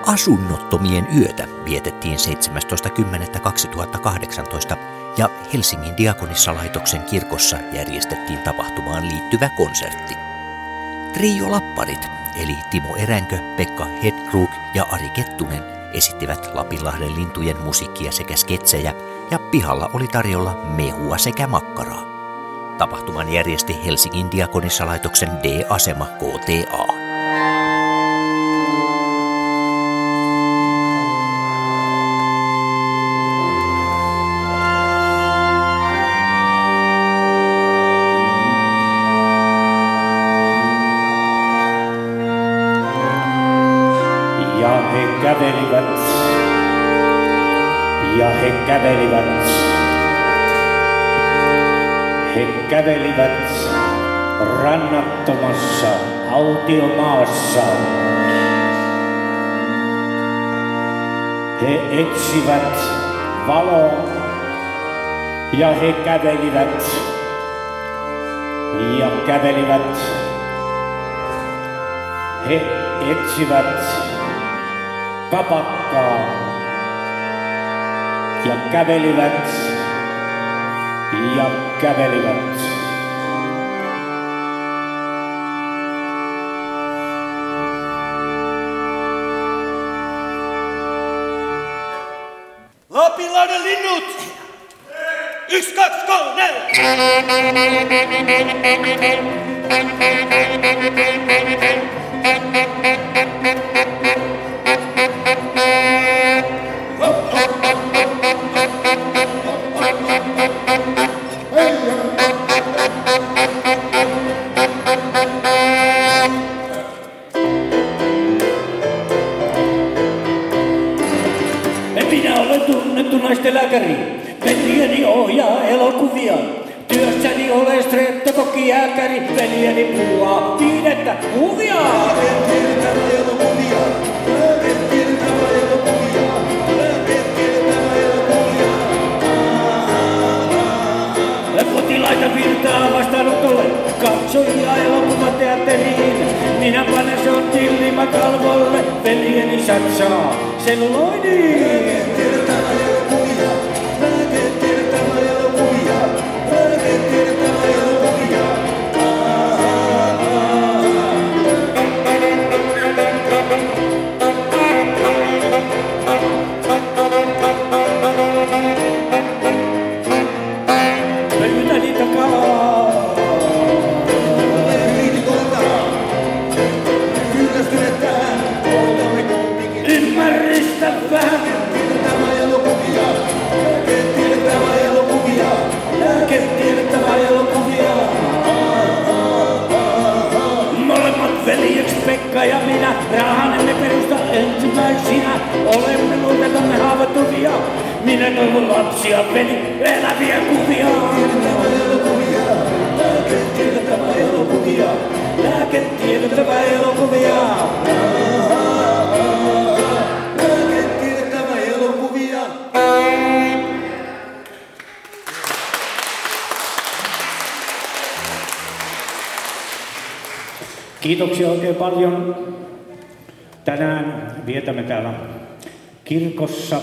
Asunnottomien yötä vietettiin 17.10.2018 ja Helsingin Diakonissalaitoksen kirkossa järjestettiin tapahtumaan liittyvä konsertti. Trio Lapparit, eli Timo Eränkö, Pekka Hedkrug ja Ari Kettunen, esittivät Lapinlahden lintujen musiikkia sekä sketsejä, ja pihalla oli tarjolla mehua sekä makkaraa. Tapahtuman järjesti Helsingin Diakonissalaitoksen D-asema KTA. He kävelivät rannattomassa autiomaassa. He etsivät valoa ja he kävelivät ja kävelivät. He etsivät kapakkaa ja kävelivät ja kävelivät. Lapinlahden linnut! 1, 2, 3, Minä olen tunnettu naisten lääkäri. Veljeni ohjaa elokuvia. Työssäni olen streptokokki-jääkäri. Veljeni puhua viidettä kuvia. Potilaita virtaa vastaanotolle. Katsojia elokuvateatteriin. Minä panen shottillimä kalvolle. Veljeni satsaa selluloidiin. Pöytäni takaa. Kyllästyneet tähän. Ymmärrystä vähän. Lääketiedettävä elokuvia. Molemmat veljeks Pekka ja minä. Rahanemme perusta ensimmäisinä. Olemme luultetamme haavoittuvia. Minä toivon lapsia, veli, eläviä kuvia. Lääketiedettävä elokuvia. Lääketiedettävä elokuvia. Lääketiedettävä elokuvia. Kiitoksia oikein paljon. Tänään vietämme täällä kirkossa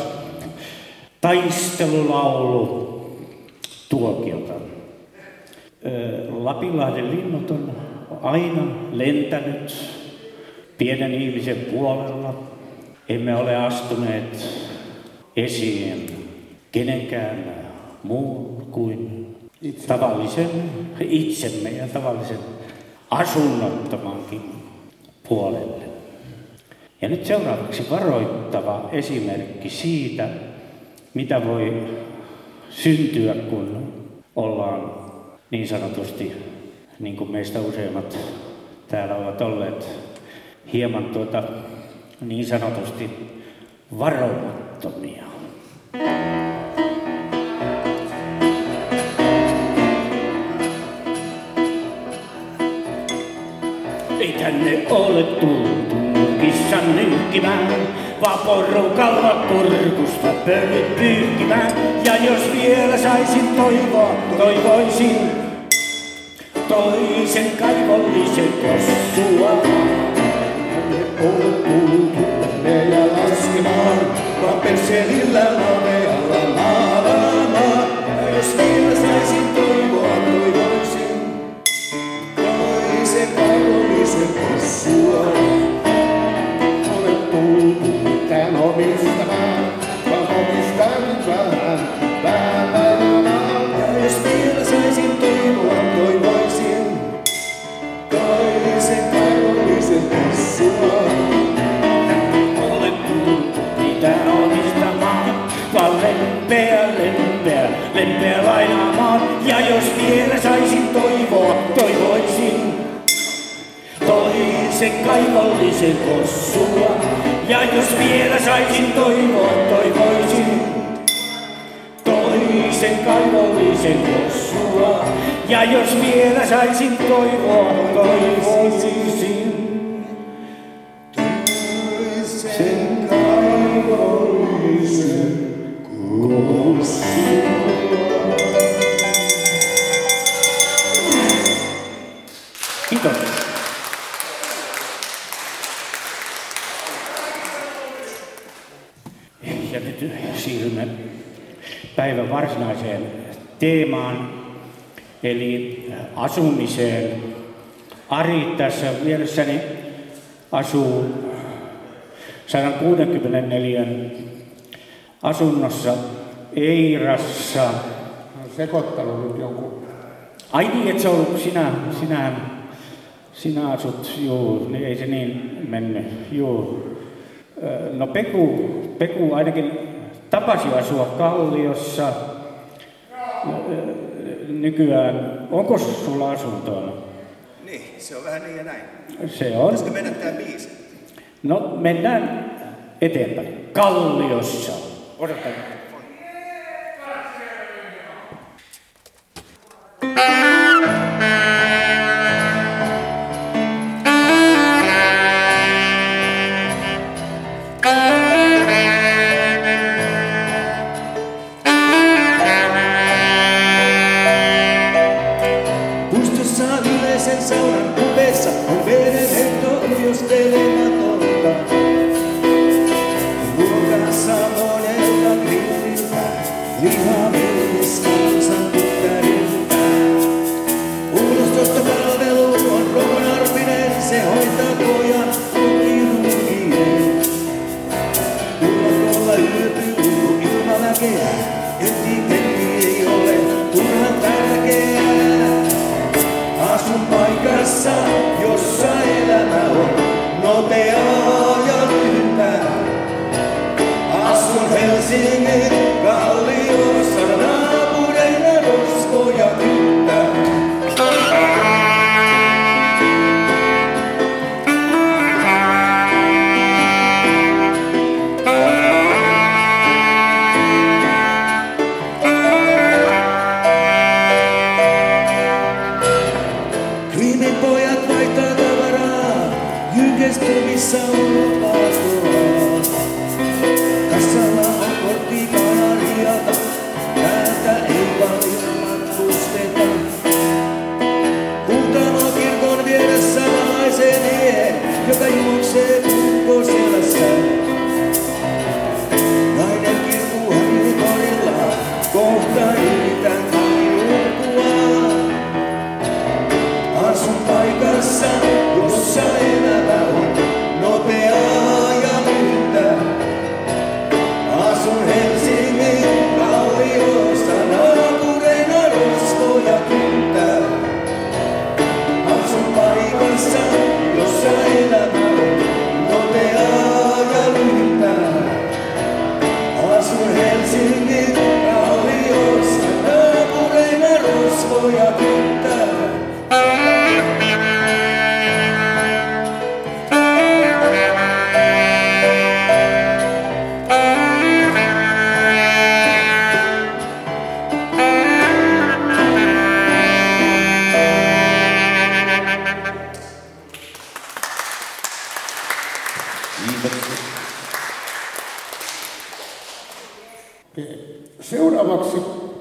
taistelulaulu tuokiota. Lapinlahden linnut on aina lentänyt pienen ihmisen puolella. Emme ole astuneet esiin kenenkään muun kuin tavallisen itsemme ja tavallisen asunnottomankin puolelle. Ja nyt seuraavaksi varoittava esimerkki siitä, mitä voi syntyä, kun ollaan niin sanotusti, niin kuin meistä useimmat täällä ovat olleet, hieman niin sanotusti varomattomia. Ei tänne ole tultu kissan nylkimään, vaan porukalla kurkusta pölyt pyyhkimään. Ja jos vielä saisin toivoa, toivoisin toisen kaivollisen kossua. Tänne ole tultu tänne ja toisen kaivollisen kossua. Ja jos vielä saisin toivoa, toivoisin toisen kaivollisen kossua. Ja jos vielä saisin toivoa, toivoisin toisen kaivollisen kossua. Kiitos. Ja nyt siirrymme päivän varsinaiseen teemaan, eli asumiseen. Ari tässä vieressäni asuu 164 asunnossa Eirassa. Olen sekoittanut nyt jonkun. Ai niin, et se ollut sinä asut, juu, niin ei se niin mennyt, juu. No Peku ainakin tapasi asua Kalliossa. Nykyään, onko sulla asuntoa? Niin, se on vähän niin ja näin. Se on. Pitäisikö mennä tää biisi? No mennään eteenpäin. Kalliossa. Odotan. Seuraavaksi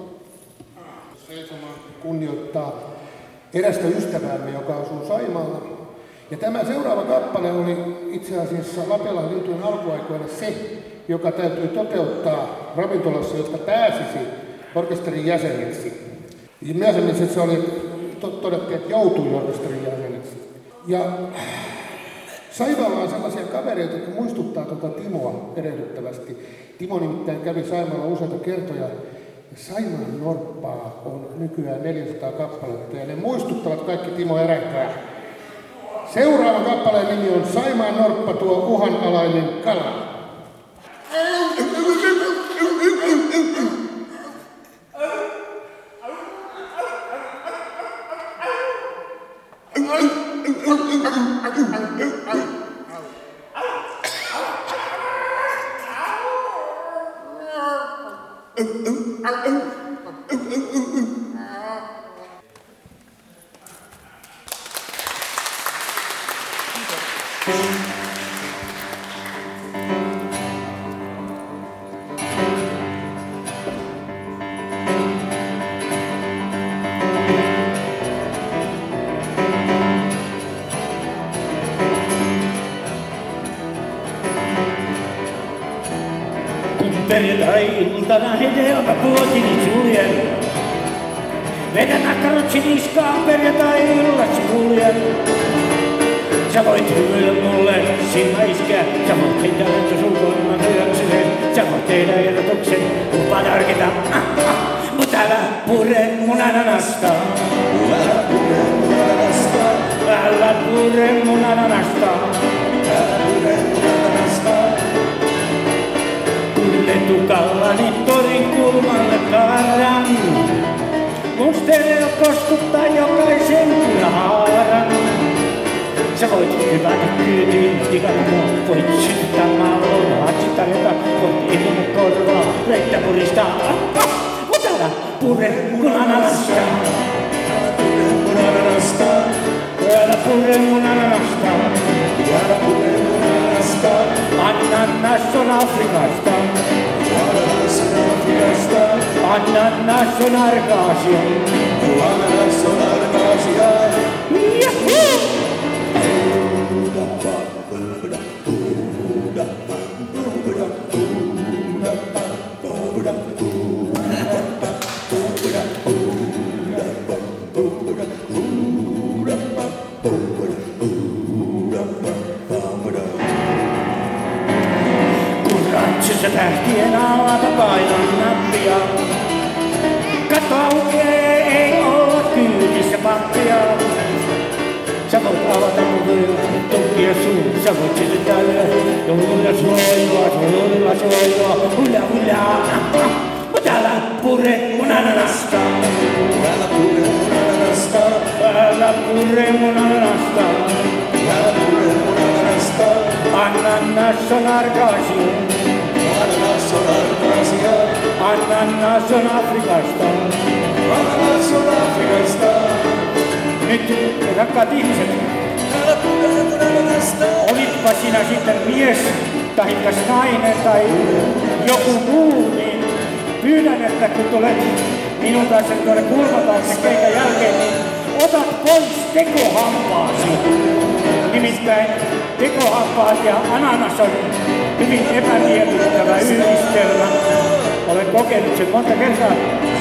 seisomaan kunnioittaa erästä ystäväämme, joka asuu Saimaalla. Ja tämä seuraava kappale oli itse asiassa Lapelan lintujen alkuaikoina se, joka täytyy toteuttaa ravintolassa, jotta pääsisi orkesterin jäseneksi. Ja myöhemmin se oli todettiin, että joutui orkesterin jäseneksi. Ja Saimaalla on sellaisia kavereita, jotka muistuttaa Timoa erehdyttävästi. Timo nimittäin kävi Saimaalla useita kertoja. Saimaan norppaa on nykyään 400 kappaletta ja ne muistuttavat kaikki Timo Eränkää. Seuraava kappaleen nimi on Saimaan norppa, tuo uhanalainen kala. Perjantai-iltana hedelmä puotini suljen. Vedän nakkarotsi niskaan perjantai-illassa kuljen. Sä voit hymyillä mulle silmä iskeä. Sä voit heittää lento sun kolman hyöksyleen. Sä voit tehdä ehdotuksen, lupaan harkita. Mut älä pure mun ananasta. Älä pure mun ananasta. Älä pure mun ananasta. Älä pure mun ananasta. Tukallani torin kulmalle kaaran. Mun stereo koskuttaa jokaisen kylahaaran. Sä voit hyvätä kyytiin, tikata mua. Voit syttää maaloa, hatsi tarjota. Voit ilman korvaa, reittä puristaa. Mut älä pure mun ananasta. Älä pure mun ananasta. Älä pure mun ananasta. Älä pure mun ananasta. Ananas on Afrikasta. Ananas on Afrikasta. Ananas on Argaasia. Ananas on Argaasia. Rantsissa tähtien alla painan nappia. Katto aukee, ei olla kyydissä pappia. Sä voit avata muvuja, tukkia suun. Sä voit sytyttää joululla soiva, hulla. Mut älä pure mun ananasta. Älä pure mun ananasta. Älä pure mun ananasta. Älä pure mun ananasta. Ananas on Argaasia. Ananas on Argaasia. Ananas on Afrikasta. Ananas on Afrikasta. Nyt, rakkaat ihmiset, olitpa sinä sitten mies, tahikas nainen tai joku muu, niin pyydän, että kun tulet minun kanssa tuonne kulmataakse keikan jälkeen, niin otat pois tekohampaasi. Nimittäin tekohampaat ja ananas on hyvin epämiellyttävä yhdistelmä. Olen kokenut sen monta kertaa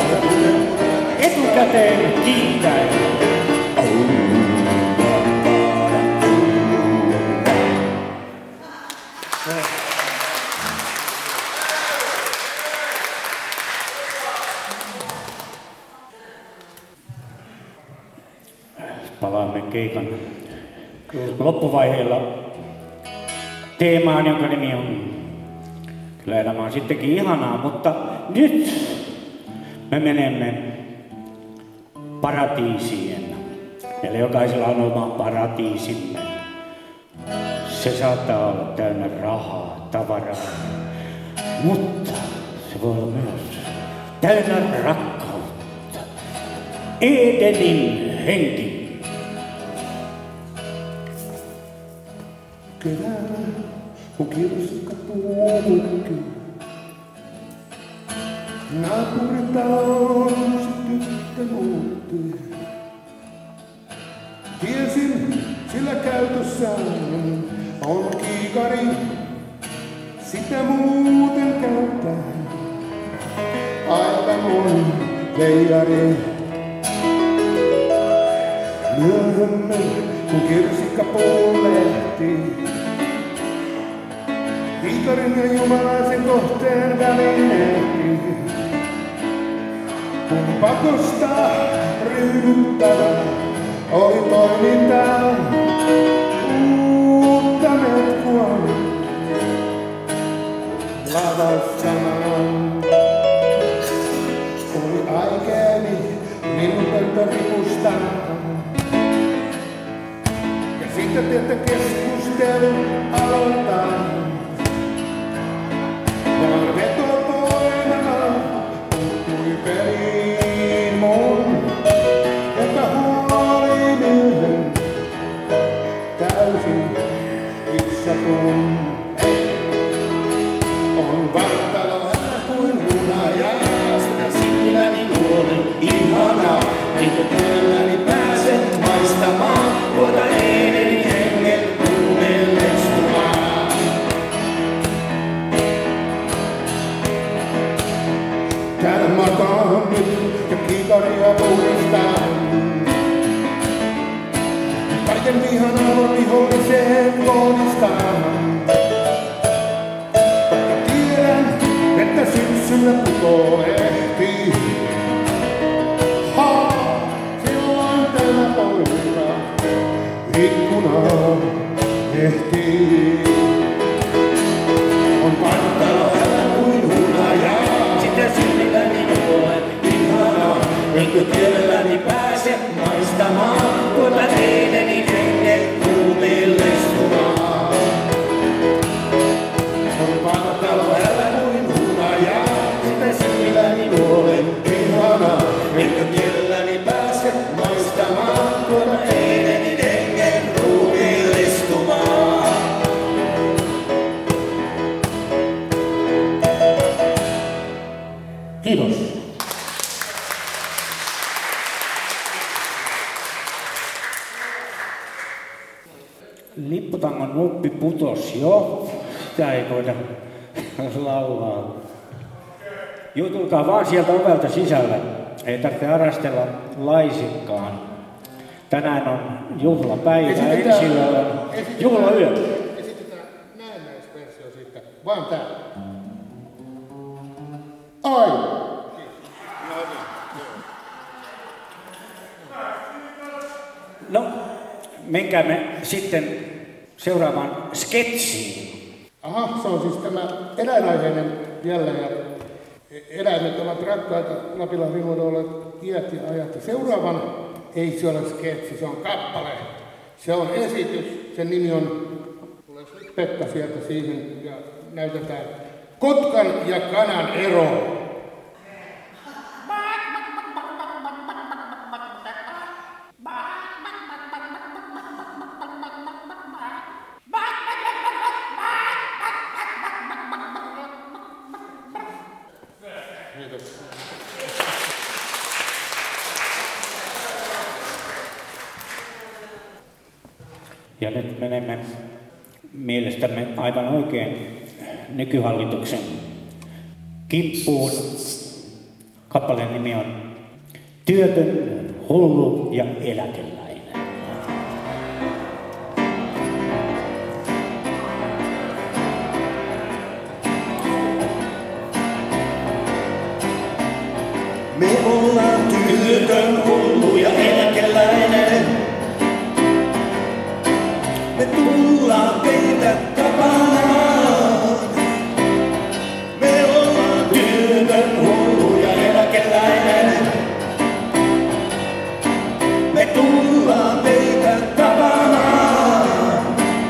etukäteen kiittäen. Palaamme keikan loppuvaiheella teemaan, jonka nimi on Kyllä elämä on sittenkin ihanaa, mutta nyt me menemme paratiisiin. Meillä jokaisella on oma paratiisimme. Se saattaa olla täynnä rahaa, tavaraa, mutta se voi olla myös täynnä rakkautta. Edenin henki. Keväällä kun kirsikka puhukki, naapuritalon se tyttö muutti. Tiesin, sillä käytössään on kiikari, sitä muuten käyttää aika moni veijari. Myöhemmin, kun kirsikka puolehti, kiikarin ja jumalaisen kohteen välineetti. Kun pakosta ryhdyttävä oli toimintaa uutta metkua lavassamaan. Oli aikeeni linnunpöntö ripustaa. Ja sitten tietä keskustelun aloittaa. Vaan vetotoimena On vartalo kuin hunaja, sitä silläni luolen ihanaa. Niitä työlläni pääsen maistamaan, tuota Edeni hengen kuumellestumaan. Täällä makaan nyt ja kitaria puhdistaan. Kaiken vihan arvon viholliseen kohdistaan. Vaikka tiedän, että syksyllä putoo ehtii. Silloin tämä poika ikkunaan ehtii. On vartalo älä kuin hunaja, sitä silmilläni olen ihanaa. Enkö kielelläni pääse maistamaan tuota Edenin hengen kuumellestumaan. On vartalo älä kuin hunaja, sitä silmilläni olen ihanaa. Enkö kielelläni pääse maistamaan tuota Edenin hengen kuumellestumaan. Kiitos. Lipputangon nuppi putos jo. Sitä ei voida laulaa. Jutulkaa vaan sieltä ovelta sisälle. Ei tarvitse arastella laisikkaan. Tänään on juhlapäivä, ensillä on juhlayö. Esitetään näennäisversio siitä. Vaan tää. Ai! No, menkäämme sitten seuraavaan sketsiin. Aha, se on siis tämä eläinaiheinen jälleen. Ja eläimet ovat rakkaita Lapinlahden luonnolle iät ja ajat. Ja seuraavan ei se ole sketsi, se on kappale. Se on esitys, sen nimi on, tulee Pekka sieltä siihen ja näytetään Kotkan ja kanan ero. Ja nyt menemme mielestämme aivan oikein nykyhallituksen kimppuun. Kappaleen nimi on Työtön, hullu ja eläkeläinen. Me ollaan työtön, hullu ja eläkeläinen. Me tullaan teitä tapaamaan. Me ollaan työtön, hullu ja eläkeläinen. Me tullaan teitä tapaamaan.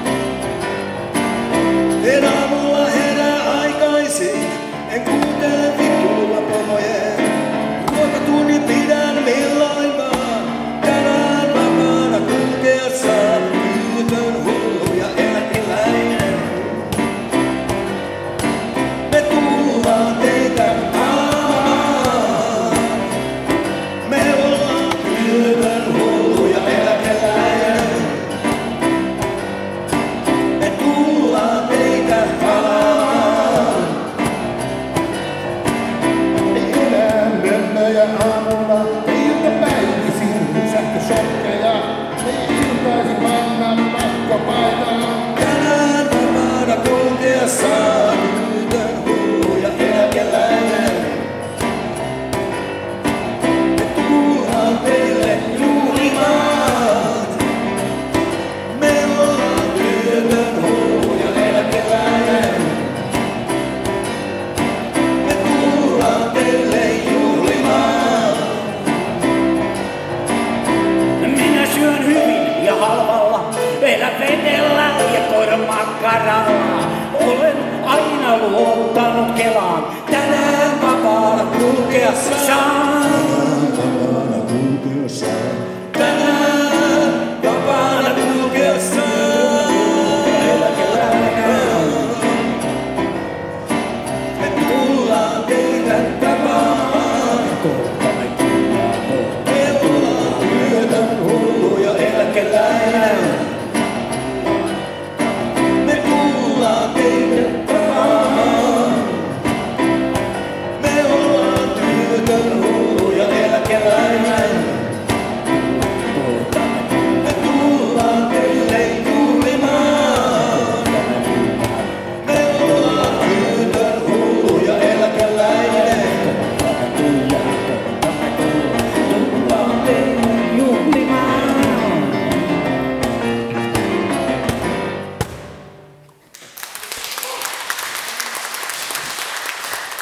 En aamulla herää aikaisin, en kuuntele vitulla pomojen. Ruokatunnin pidän milloin vaan, tänään vapaana kulkea saa. Työtön, hullu ja eläkeläinen. Me tullaan teitä tapaamaan. Me ollaan työtön, hullu ja eläkeläinen. Me tullaan teitä tapaamaan. Ei enää mömmöjä aamulla, ei iltapäivisin sähköshokkeja. Ei iltaisin panna pakkopaitaa. Tänään vapaana kulkea saa. Työtön, hullu ja eläkeläinen. Me tullaan teille juhlimaan. Me ollaan työtön, hullu ja eläkeläinen. Me tullaan teille juhlimaan. Minä syön hyvin ja halvalla, elän vedellä ja kormakkaralla. Olen aina luottanut Kelaan, tänään vapaana kulkea saan. Tänään vapaana kulkea saa. Eläkeläinen.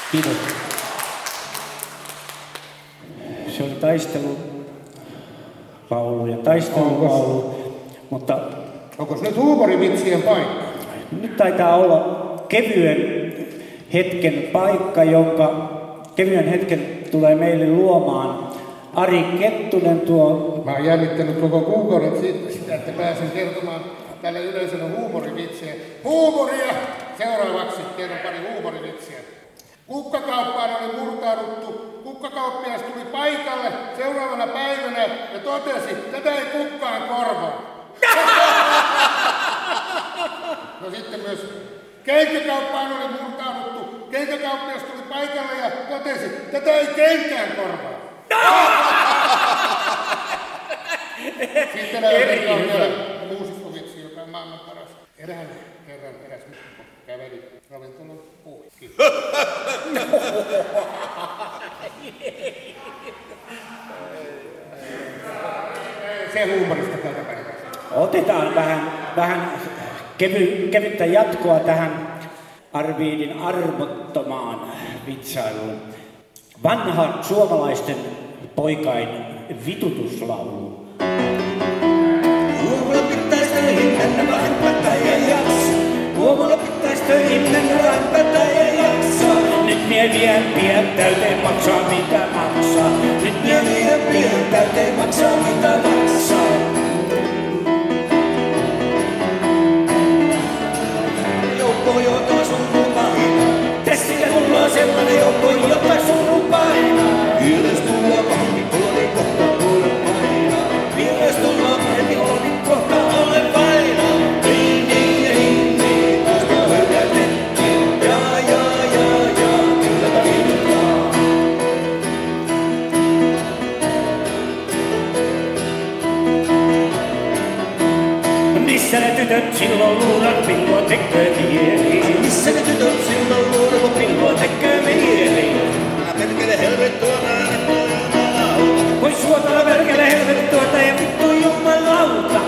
Kiitos. Se oli taistelulaulu ja taistelulaulu, mutta Onko se nyt huumorivitsien paikka? nyt taitaa olla kevyen hetken paikka, jonka kevyen hetken tulee meille luomaan Ari Kettunen tuo. Mä oon jännittänyt koko kuukauden sitä, että pääsen kertomaan tälle yleisölle huumorivitsiä. Huumoria! Seuraavaksi kerron pari huumorivitsiä. Kukkakauppaan oli murtauduttu. Kukkakauppias tuli paikalle seuraavana päivänä ja totesi, tätä ei kukkaan korvaa. No sitten myös kenkäkauppaan oli murtauduttu. Kenkäkauppias tuli paikalle ja totesi, tätä ei kenkään korvaa. Sitten on vielä muusikkovitsi, joka on maailman paras. Erään kerran eräs muusikko käveli ravintolan ohi. Se huumorista tältä päivältä. Otetaan vähän kevyttä jatkoa tähän Arvidin armottomaan vitsailuun. Vanha suomalaisten poikain vitutuslaulu. Huomulla pitäis töihin mennä, vähempätä ei jaksa. Huomulla pitäis töihin mennä, vähempätä ei jaksa. Nyt mie vien täyteen maksaa mitä maksaa. Nyt mie vien täyteen maksaa mitä maksaa. Joukko jota surru painaa. Tessille mulla on sellainen joukko, jota surru painaa. Vieres tulla pahemmin, oli kohta ole painaa. Vieres tulla pahemmin, oli kohta ole painaa. Niin, tuosta höydätettiin. Ja, kyllä tarvitaan. Missä ne tytöt silloin luurat, pilloa tekee mieli? Missä ne tytöt silloin luurat, kun pilloa tekee mieli? Älä perkele helvettua jumalauta. Voi suotella perkele helvettua ja vittu jumalauta.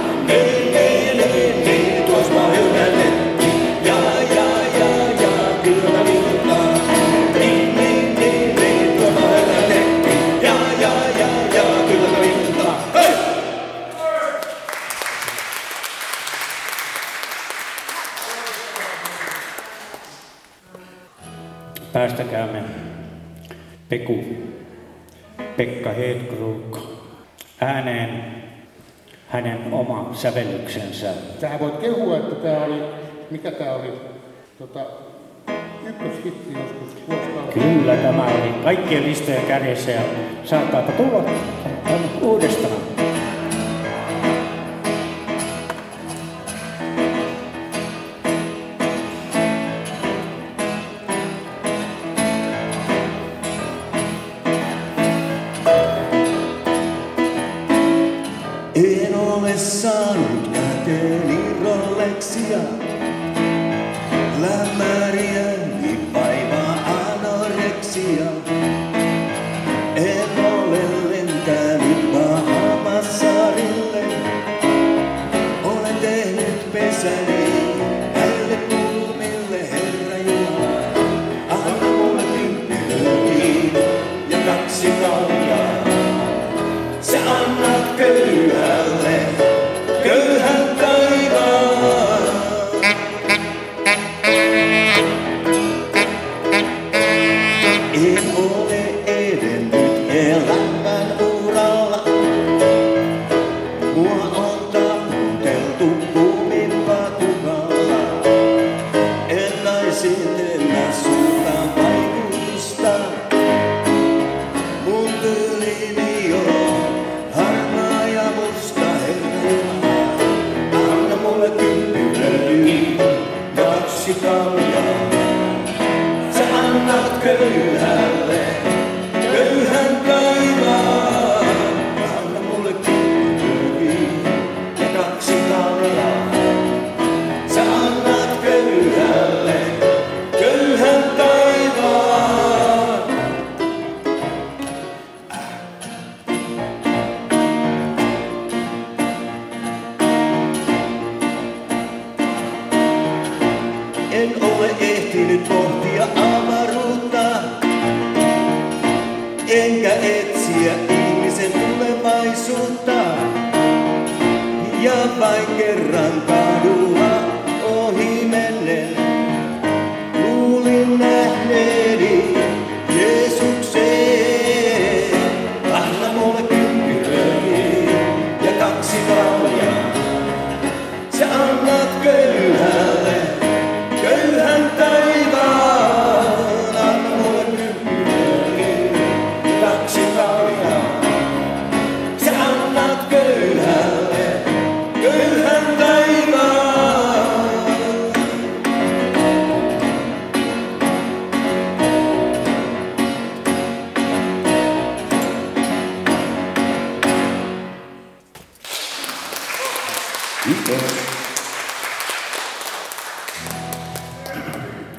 Niin, tuosta höydätettiin. Ja, kyllä tarvitaan. Niin, tuosta höydätettiin. Ja, kyllä tarvitaan. Hei! Päästäkäämme Pekka Hedkrug ääneen hänen oma sävellyksensä. Sähän voit kehua, että tää oli, mikä tää oli, ykköshitti joskus vuosikausia. Kyllä tämä oli kaikkien listojen kärjessä ja saattaapa tulla uudestaan. En ole saanut käteeni Rolexia. Lämmäriäni vaivaa anoreksia. En ole lentänyt Bahamassaarille. Olen tehnyt pesäni näille kulmille, Herra Jumala. Anna mulle kymppi ja 2 kaljaa. Sä annat köyhälle, köyhän taivaan. En ole edennyt elämän uralla. Mua on taputeltu kuumin patukalla. En naisitella suurta vaikutusta. Mun tyylini on harmaa ja musta, Herra Jumala. Anna mulle kymppi ja 2 kaljaa. Sä annat köyhälle, köyhän kaivaa. Anna mulle kymppi ja 2 kaljaa. Sä annat köyhälle, köyhän kaivaa. En ole ehtinyt pohtia avaruutta.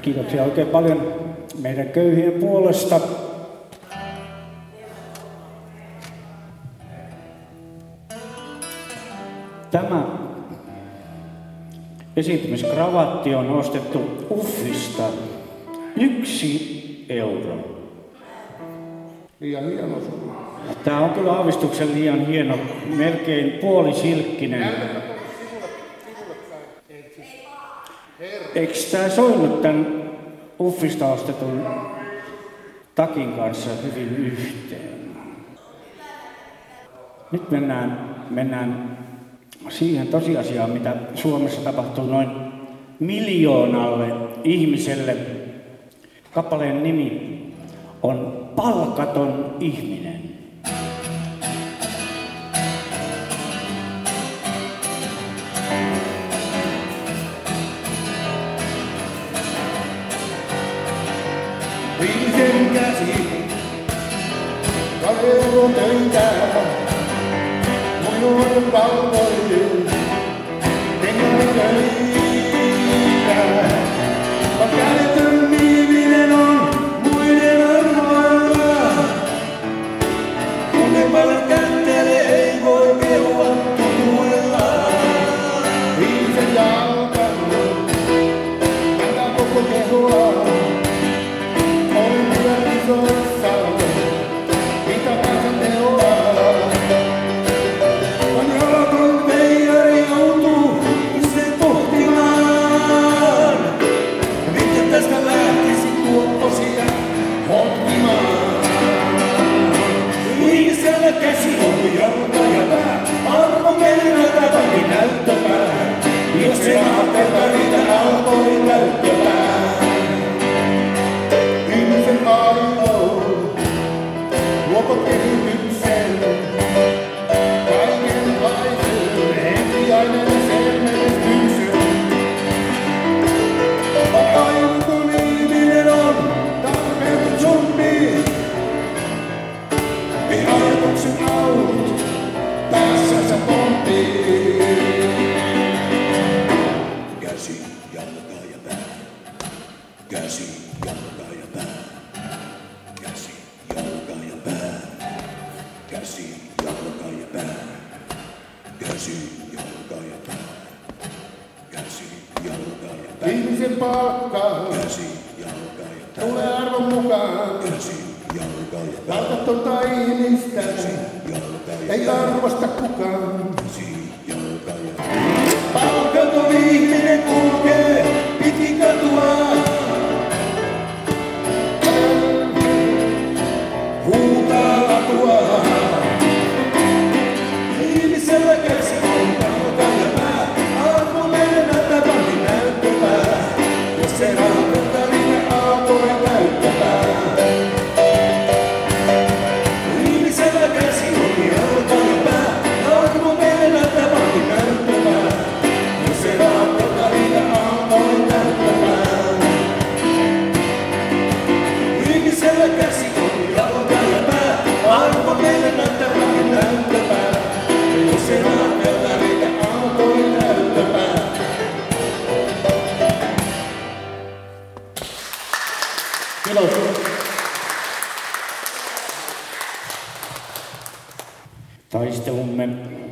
Kiitoksia oikein paljon meidän köyhien puolesta. Tämä esiintymiskravatti on ostettu Uffista 1 euro. Liian hieno sun. Tää on kyllä aavistuksen liian hieno, melkein puolisilkkinen. Eikö tää soinut tän Uffista ostetun takin kanssa hyvin yhteen? Nyt mennään siihen tosiasiaan, mitä Suomessa tapahtuu noin 1 000 000 ihmiselle. Kappaleen nimi on Palkaton ihminen. Viisen käsi, kalevon töitä, muinoin palvoin, tenkään töitä. Kädetön ihminen on muiden armoilla, kun ne paljon kättelee, ei voi kehua tutuilla. Viisen jalkanut, antaa koko kehua. Käsi on jalka ja pää, arvo mennä tapakin näyttämään. Jos se ajattelta niitä alkoi näyttämään. Ihmisen aivo, luoko kehityksen, kaikenlaisen, entiainen se menestyksen. Aivan ihminen on tarpeen zombi. Ajatuksen aut, päässänsä pomppii. Käsi, jalka ja pää. Käsi, jalka ja pää. Käsi, jalka ja pää. Käsi, jalka ja pää. Käsi, jalka ja pää. Käsi, jalka ja pää. Ihmisen palkkaa, Käsi, jalka ja pää. tulee arvon mukaan. Käsi, jalka ja pää. Palkatonta ihmistä, ei arvosta kukaan. Käsi, jalka ja pää. Palkaton ihminen kulkee pitkin katua. Huutaa latua. Ihmisellä käsi on jalka ja pää. Arvo mennä tapakin näyttämään. Jos se rahoittaa niitä alkoi näyttämään. Ihmisellä käsi on jalka ja pää. Arvo mennä tapakin näyttämään. Jos se rahoittaa niitä alkoi näyttämään. Ihmisellä käsi on jalka ja pää. Arvo mennä tapakin näyttämään. Jos se rahoittaa niitä alkoi näyttämään. Kiitos. Taistelumme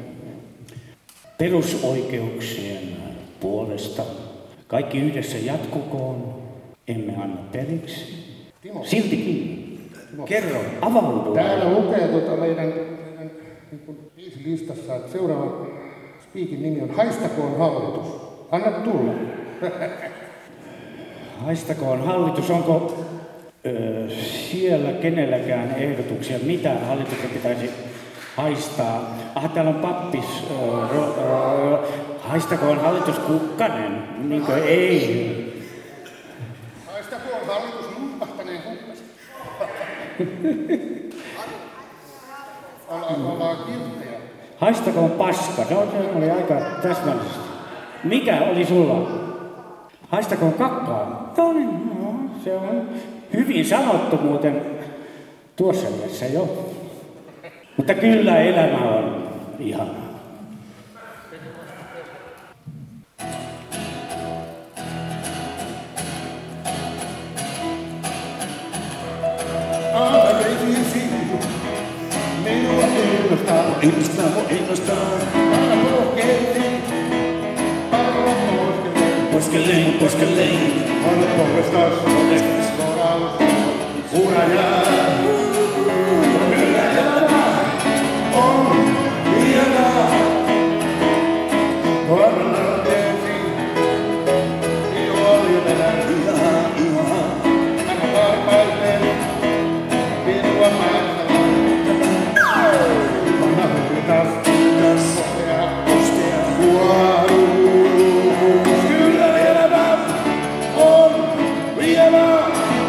perusoikeuksien puolesta. Kaikki yhdessä jatkukoon, emme anna periksi. Siltikin. Kerro, avaudu. Täällä lukee meidän listassa, että seuraava spiikin nimi on Haistakoon hallitus. Anna tulla. Haistakoon hallitus, onko siellä kenelläkään ehdotuksia, mitä hallituksen pitäisi haistaa? Täällä on pappis. Haistakoon hallitus Kukkanen, niinkö ei? Haistakoon hallitus numpahtaneen Kukkasen. Ollaan kilttejä. Haistakoon paska, se oli aika täsmällisesti. Mikä oli sulla? Haistakoon kakkaa. No, se on hyvin sanottu muuten tuossa mielessä jo. Mutta kyllä elämä on ihanaa. Minua innostaa. Anna pohkeisiin. Pallo poskelleen. Anna pohkestas. Urajaa. On hienoa. Anna teesi. Minua vedän. Anna varpailleen. Minua maassa. Anna huutas. Postea. Kyllä elämä on vielä.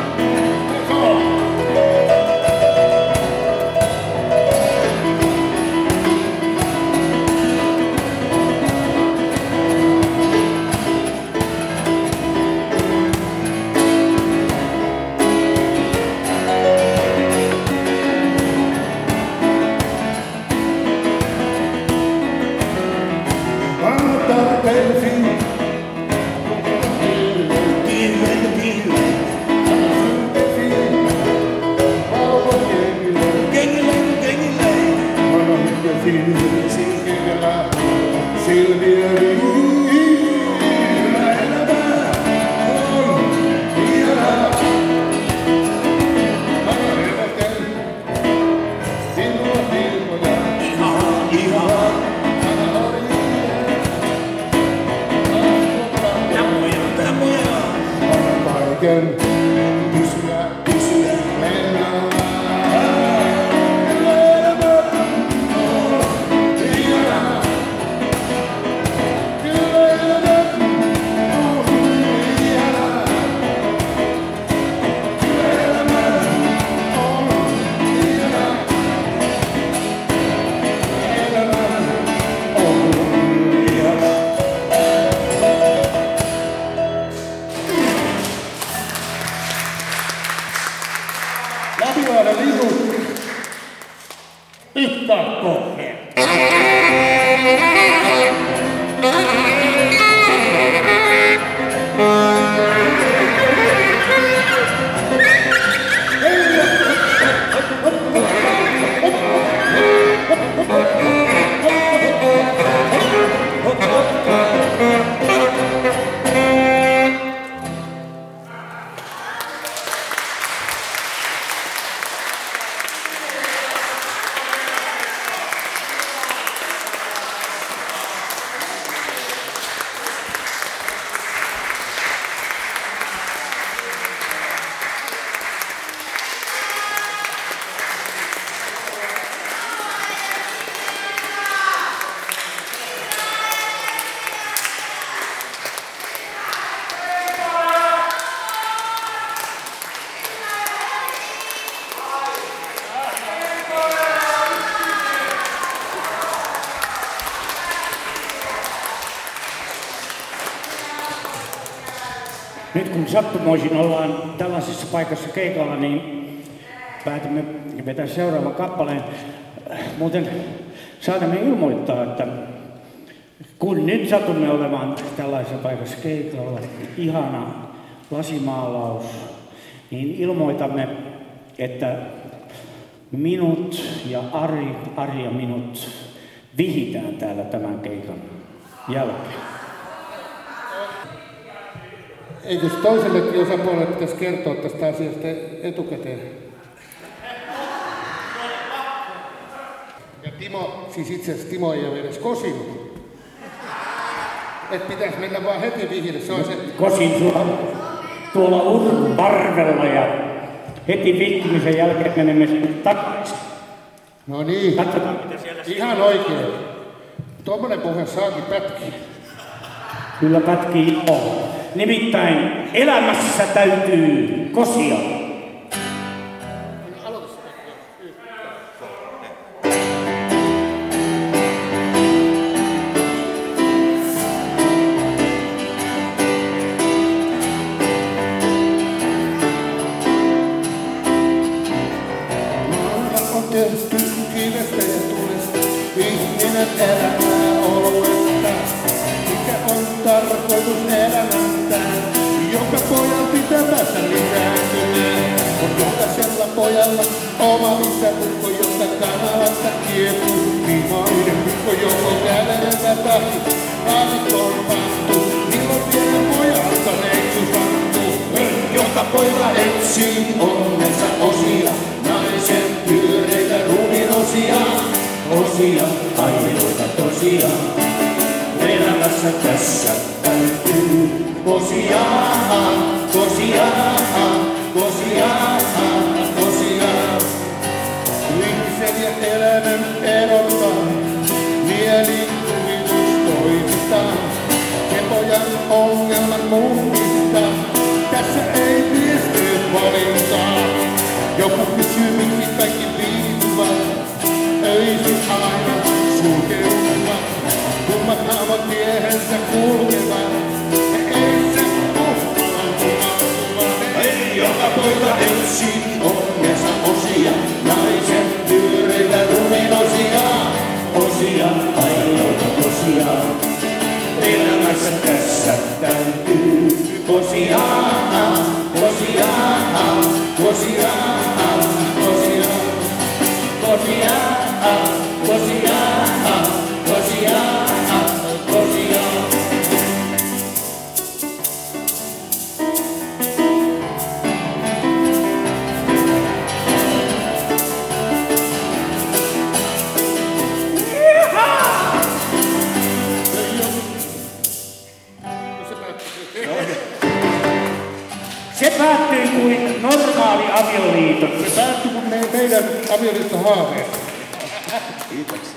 Nyt kun sattumoisin ollaan tällaisessa paikassa keikalla, niin päätimme vetää seuraavan kappaleen. Muuten saatamme ilmoittaa, että kun nyt satumme olemaan tällaisessa paikassa keikalla, ihana lasimaalaus, niin ilmoitamme, että minut ja Ari ja minut vihitään täällä tämän keikan jälkeen. Eikö toisellekin osapuolelle pitäisi kertoa tästä asiasta etukäteen? Ja Timo, siis itse asiassa Timo ei ole edes kosinut. Et pitäisi mennä vaan heti vihille, se on se... Kosin tuolla Urvarvella ja heti vihkimisen jälkeen menemme takaisin. No niin, katsotaan mitä siellä ihan oikein. Tuommoinen puhe saakin pätkiä. Kyllä pätkii on. Nimittäin elämässä täytyy kosia. Tehty kivestä ja tulesta, ihminen elämää oluesta. Mikä on tarkoitus elämäntään, joka pojan pitää päästä lisääntymään. On jokaisella pojalla oma isäukko, joka kanavassa kiepuu. Viimainen ukko, joko kävelevä tahi, aavikkoon pantu. Milloin vielä pojalta neitsu santuu, joka pojalla etsii onnensa osia. Naisen pyöreitä ruuminosia, osia, ainoita tosiaan. Elämässä tässä täytyy kosiaan, kosiaan, kosiaan, kosiaan. Ihmisen ja elämän erottaa, mielikuvitus toimitaan. Ja pojan ongelman muistaa, tässä ei piesteet valintaa. Joku kysyy, miksi kaikki viihtyvät, öisin aina sulkeutuvat. Kummat haavat miehensä kulkevat, ja ei se puhtaan kumautuvat. Ei joka poika etsii onnensa osia, naisen pyöreitä ruminosia, osia ainoita tosiaan. Elämässä tässä täytyy kosiaan, kosiaan, kosiaan, kosiaan, kosiaan, kosiaan, kosiaan, kosiaan. Se päättyi kuin normaali avioliitto. Se päättyi kuin meidän avioliittohaaveet. Kiitoksia.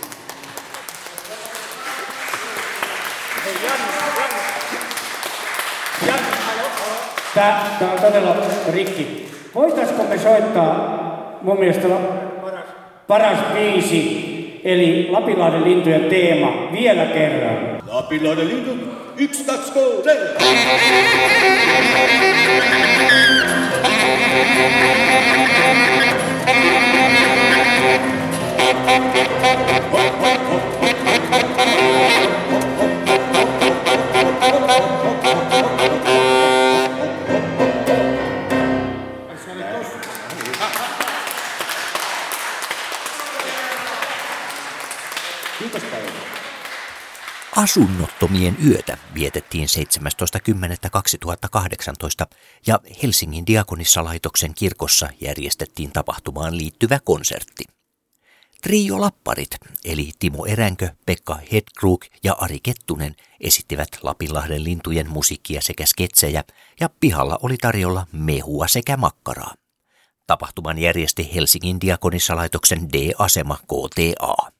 Tää on todella rikki. Voitaisko me soittaa mun mielestä paras biisi, eli Lapinlahden lintujen teema, vielä kerran? Lapinlahden linnut, 1, 2, 3. Kiitos paljon. Asunnottomien yötä vietettiin 17.10.2018 ja Helsingin Diakonissalaitoksen kirkossa järjestettiin tapahtumaan liittyvä konsertti. Trio Lapparit, eli Timo Eränkö, Pekka Hedkrug ja Ari Kettunen esittivät Lapinlahden lintujen musiikkia sekä sketsejä ja pihalla oli tarjolla mehua sekä makkaraa. Tapahtuman järjesti Helsingin Diakonissalaitoksen D-asema KTA.